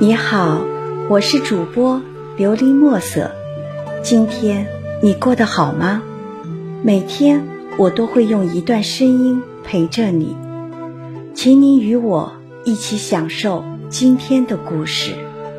你好，我是主播琉璃墨色。今天你过得好吗？每天我都会用一段声音陪着你，请你与我一起享受今天的故事。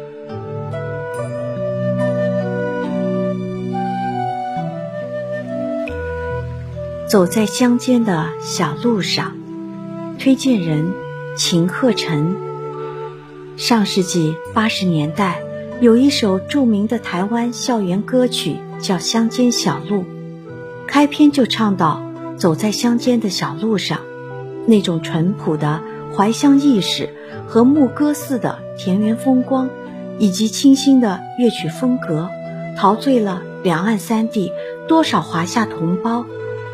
走在乡间的小路上，推荐人秦鹤成。上世纪80年代，有一首著名的台湾校园歌曲叫《乡间小路》，开篇就唱到走在乡间的小路上，那种淳朴的怀乡意识和牧歌似的田园风光，以及清新的乐曲风格，陶醉了两岸三地多少华夏同胞。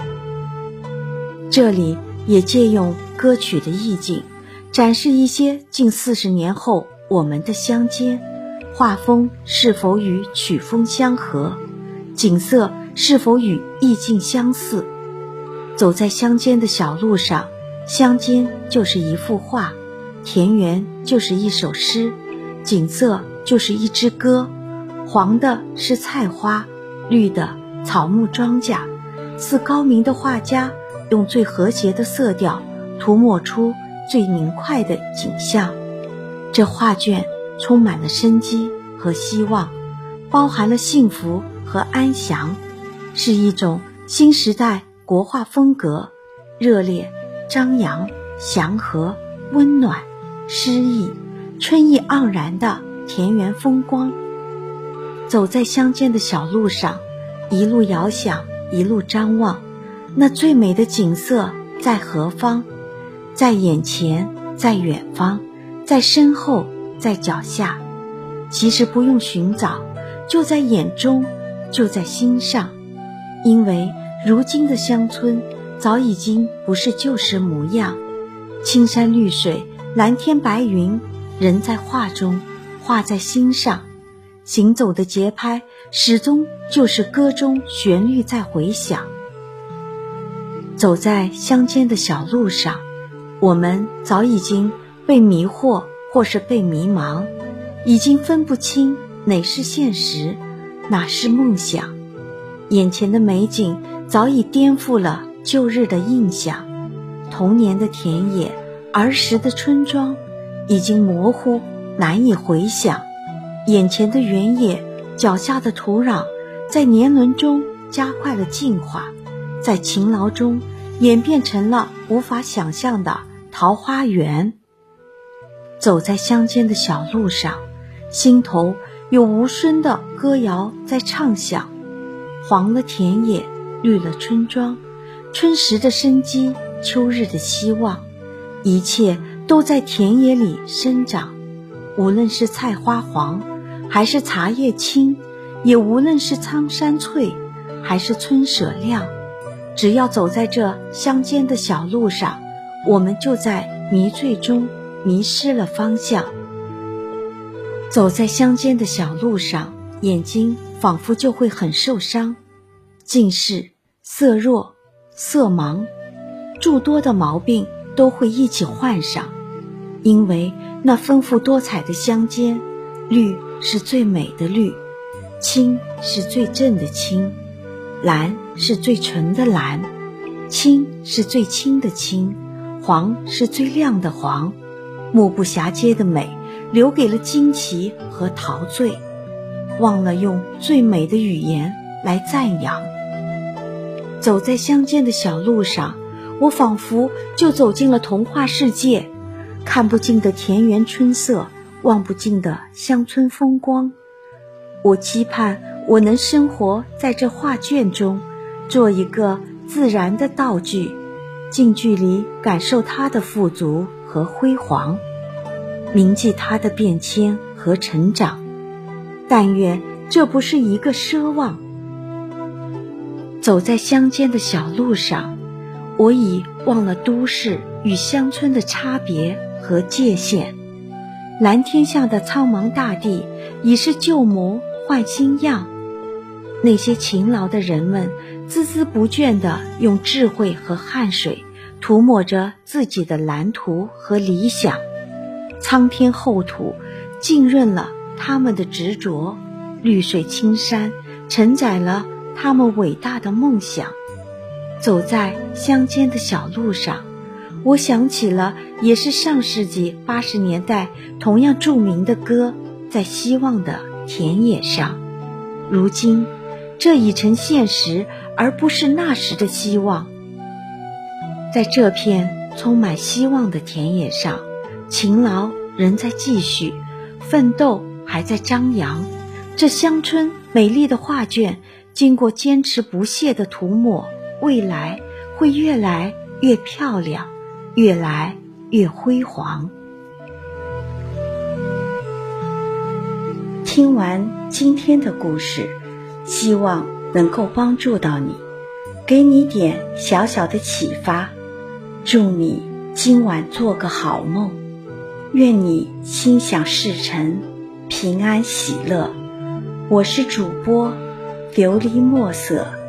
这里也借用歌曲的意境，展示一些近40年后我们的乡间，画风是否与曲风相合，景色是否与意境相似。走在乡间的小路上，乡间就是一幅画，田园就是一首诗，景色就是一支歌，黄的是菜花，绿的草木庄稼，似高明的画家用最和谐的色调涂抹出最明快的景象。这画卷充满了生机和希望，包含了幸福和安详，是一种新时代国画风格，热烈、张扬、祥和、温暖、诗意、春意盎然的田园风光。走在乡间的小路上，一路遥想，一路张望，那最美的景色在何方？在眼前，在远方，在身后，在脚下。其实不用寻找，就在眼中，就在心上。因为如今的乡村早已经不是旧时模样，青山绿水，蓝天白云，人在画中，画在心上。行走的节拍始终就是歌中旋律在回响。走在乡间的小路上，我们早已经被迷惑或是被迷茫，已经分不清哪是现实，哪是梦想。眼前的美景早已颠覆了旧日的印象，童年的田野，儿时的村庄已经模糊，难以回想。眼前的原野，脚下的土壤，在年轮中加快了进化，在勤劳中演变成了无法想象的桃花源。走在乡间的小路上，心头有无声的歌谣在唱响，黄了田野，绿了村庄，春时的生机，秋日的希望，一切都在田野里生长。无论是菜花黄，还是茶叶青，也无论是苍山翠，还是村舍亮，只要走在这乡间的小路上，我们就在迷醉中迷失了方向。走在乡间的小路上，眼睛仿佛就会很受伤，近视、色弱、色盲，诸多的毛病都会一起患上。因为那丰富多彩的乡间，绿是最美的绿，青是最正的青，蓝是最纯的蓝，青是最清的青，黄是最亮的黄。目不暇接的美留给了惊奇和陶醉，忘了用最美的语言来赞扬。走在乡间的小路上，我仿佛就走进了童话世界，看不尽的田园春色，望不尽的乡村风光。我期盼我能生活在这画卷中，做一个自然的道具，近距离感受它的富足和辉煌，铭记它的变迁和成长。但愿这不是一个奢望。走在乡间的小路上，我已忘了都市与乡村的差别和界限。蓝天下的苍茫大地已是旧模换新样，那些勤劳的人们孜孜不倦地用智慧和汗水涂抹着自己的蓝图和理想。苍天厚土浸润了他们的执着，绿水青山承载了他们伟大的梦想。走在乡间的小路上，我想起了也是上世纪80年代同样著名的歌，在希望的田野上。如今这已成现实，而不是那时的希望。在这片充满希望的田野上，勤劳仍在继续，奋斗还在张扬。这乡村美丽的画卷，经过坚持不懈的涂抹，未来会越来越漂亮，越来越辉煌。听完今天的故事，希望能够帮助到你，给你点小小的启发。祝你今晚做个好梦，愿你心想事成，平安喜乐。我是主播琉璃墨色。